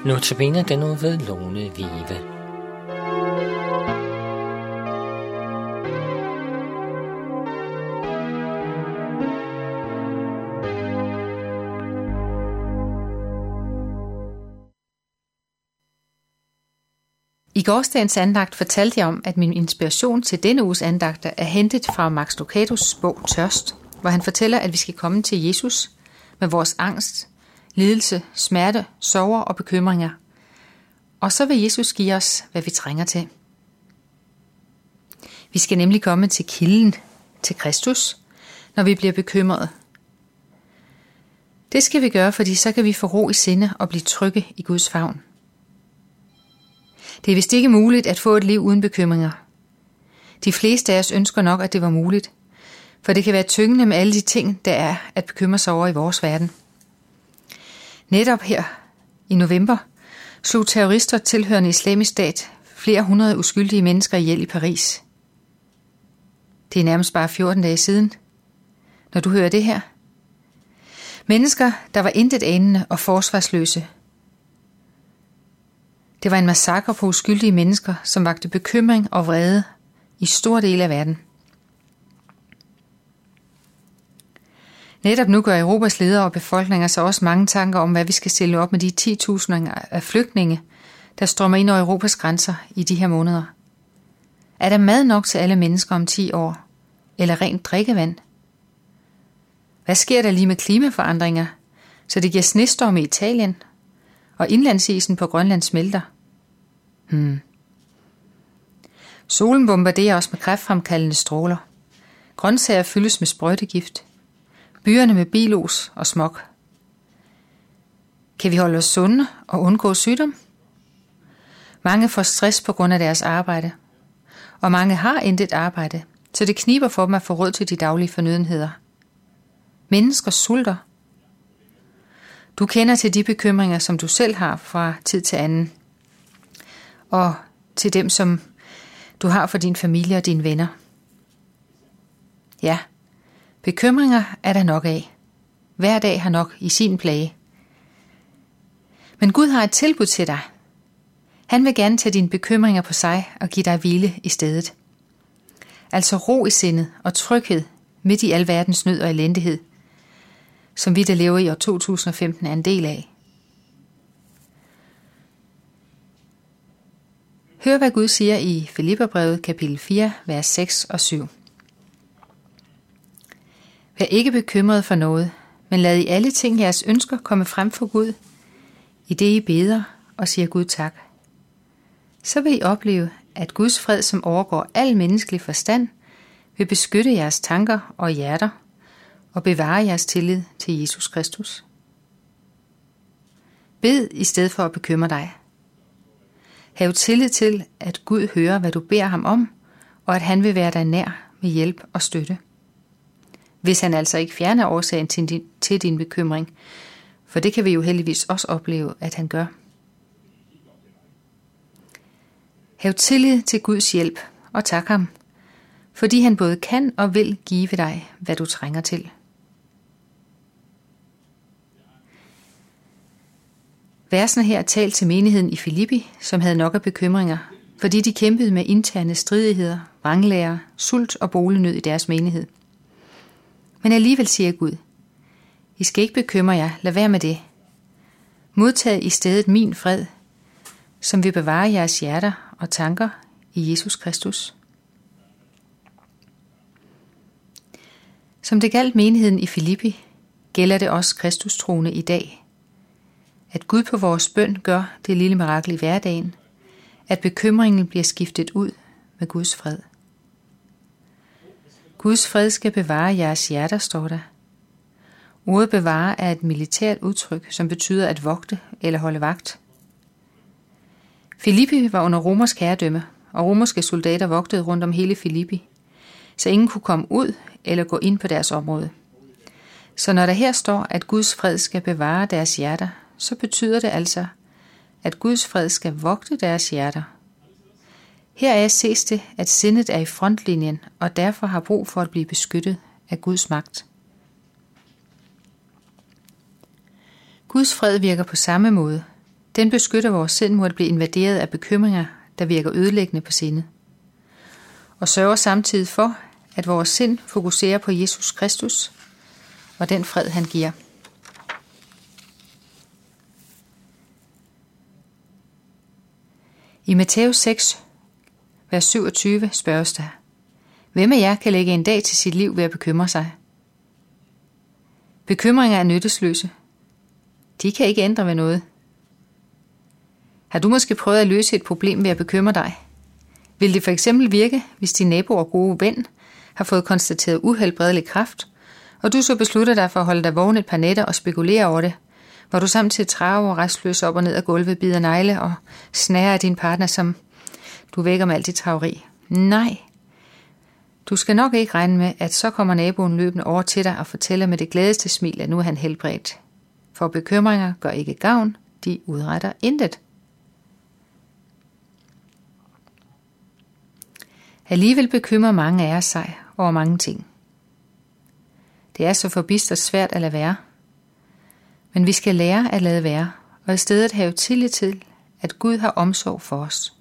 Notabene den nu ved Lone Vive. I gårsdagens andagt fortalte jeg om, at min inspiration til denne uges andagter er hentet fra Max Lucados bog Tørst, hvor han fortæller, at vi skal komme til Jesus med vores angst, lidelse, smerte, sorger og bekymringer. Og så vil Jesus give os, hvad vi trænger til. Vi skal nemlig komme til kilden, til Kristus, når vi bliver bekymrede. Det skal vi gøre, fordi så kan vi få ro i sinde og blive trygge i Guds favn. Det er vist ikke muligt at få et liv uden bekymringer. De fleste af os ønsker nok, at det var muligt, for det kan være tyngende med alle de ting, der er at bekymre sig over i vores verden. Netop her i november slog terrorister tilhørende Islamisk Stat flere hundrede uskyldige mennesker ihjel i Paris. Det er nærmest bare 14 dage siden, når du hører det her. Mennesker, der var intet anende og forsvarsløse. Det var en massakre på uskyldige mennesker, som vakte bekymring og vrede i store dele af verden. Netop nu gør Europas ledere og befolkninger sig også mange tanker om, hvad vi skal stille op med de 10.000 af flygtninge, der strømmer ind over Europas grænser i de her måneder. Er der mad nok til alle mennesker om 10 år? Eller rent drikkevand? Hvad sker der lige med klimaforandringer, så det giver snestorm i Italien, og indlandsisen på Grønland smelter? Solen bombarderer os med kræftfremkaldende stråler. Grøntsager fyldes med sprøjtegift. Byerne med bilos og smog. Kan vi holde os sunde og undgå sygdom? Mange får stress på grund af deres arbejde. Og mange har intet arbejde, så det kniber for dem at få råd til de daglige fornødenheder. Mennesker sulter. Du kender til de bekymringer, som du selv har fra tid til anden. Og til dem, som du har for din familie og dine venner. Ja, bekymringer er der nok af. Hver dag har nok i sin plage. Men Gud har et tilbud til dig. Han vil gerne tage dine bekymringer på sig og give dig hvile i stedet. Altså ro i sindet og tryghed midt i alverdens nød og elendighed, som vi, der lever i år 2015, er en del af. Hør, hvad Gud siger i Filipperbrevet kapitel 4, vers 6 og 7. Vær ikke bekymret for noget, men lad i alle ting jeres ønsker komme frem for Gud, i det I beder og siger Gud tak. Så vil I opleve, at Guds fred, som overgår al menneskelig forstand, vil beskytte jeres tanker og hjerter og bevare jeres tillid til Jesus Kristus. Bed i stedet for at bekymre dig. Hav tillid til, at Gud hører, hvad du beder ham om, og at han vil være dig nær med hjælp og støtte. Hvis han altså ikke fjerner årsagen til din bekymring, for det kan vi jo heldigvis også opleve, at han gør. Hav tillid til Guds hjælp og tak ham, fordi han både kan og vil give dig, hvad du trænger til. Versene her er talt til menigheden i Filippi, som havde nok af bekymringer, fordi de kæmpede med interne stridigheder, vranglærer, sult og bolignød i deres menighed. Men alligevel siger Gud, I skal ikke bekymre jer, lad være med det. Modtag i stedet min fred, som vil bevare jeres hjerter og tanker i Jesus Kristus. Som det galt menigheden i Filippi, gælder det også Kristustroende i dag, at Gud på vores bøn gør det lille mirakel i hverdagen, at bekymringen bliver skiftet ud med Guds fred. Guds fred skal bevare jeres hjerter, står der. Ordet bevare er et militært udtryk, som betyder at vogte eller holde vagt. Filippi var under romersk herredømme, og romerske soldater vogtede rundt om hele Filippi, så ingen kunne komme ud eller gå ind på deres område. Så når der her står, at Guds fred skal bevare deres hjerter, så betyder det altså, at Guds fred skal vogte deres hjerter. Heraf ses det, at sindet er i frontlinjen, og derfor har brug for at blive beskyttet af Guds magt. Guds fred virker på samme måde. Den beskytter vores sind mod at blive invaderet af bekymringer, der virker ødelæggende på sindet, og sørger samtidig for, at vores sind fokuserer på Jesus Kristus og den fred, han giver. I Matthæus 6, vers 27 spørges der: Hvem af jer kan lægge en dag til sit liv ved at bekymre sig? Bekymringer er nyttesløse. De kan ikke ændre ved noget. Har du måske prøvet at løse et problem ved at bekymre dig? Vil det for eksempel virke, hvis din nabo og gode ven har fået konstateret uhelbredelig kræft, og du så beslutter dig for at holde dig vågen et par nætter og spekulere over det, hvor du samtidig traver restløs op og ned ad gulvet, bider negle og snærer af din partner, som du vækker med alt dit traveri? Nej. Du skal nok ikke regne med, at så kommer naboen løbende over til dig og fortæller med det gladeste smil, at nu er han helbredt. For bekymringer gør ikke gavn, de udretter intet. Alligevel bekymrer mange af os sig over mange ting. Det er så forbistret svært at lade være. Men vi skal lære at lade være, og i stedet have tillid til, at Gud har omsorg for os.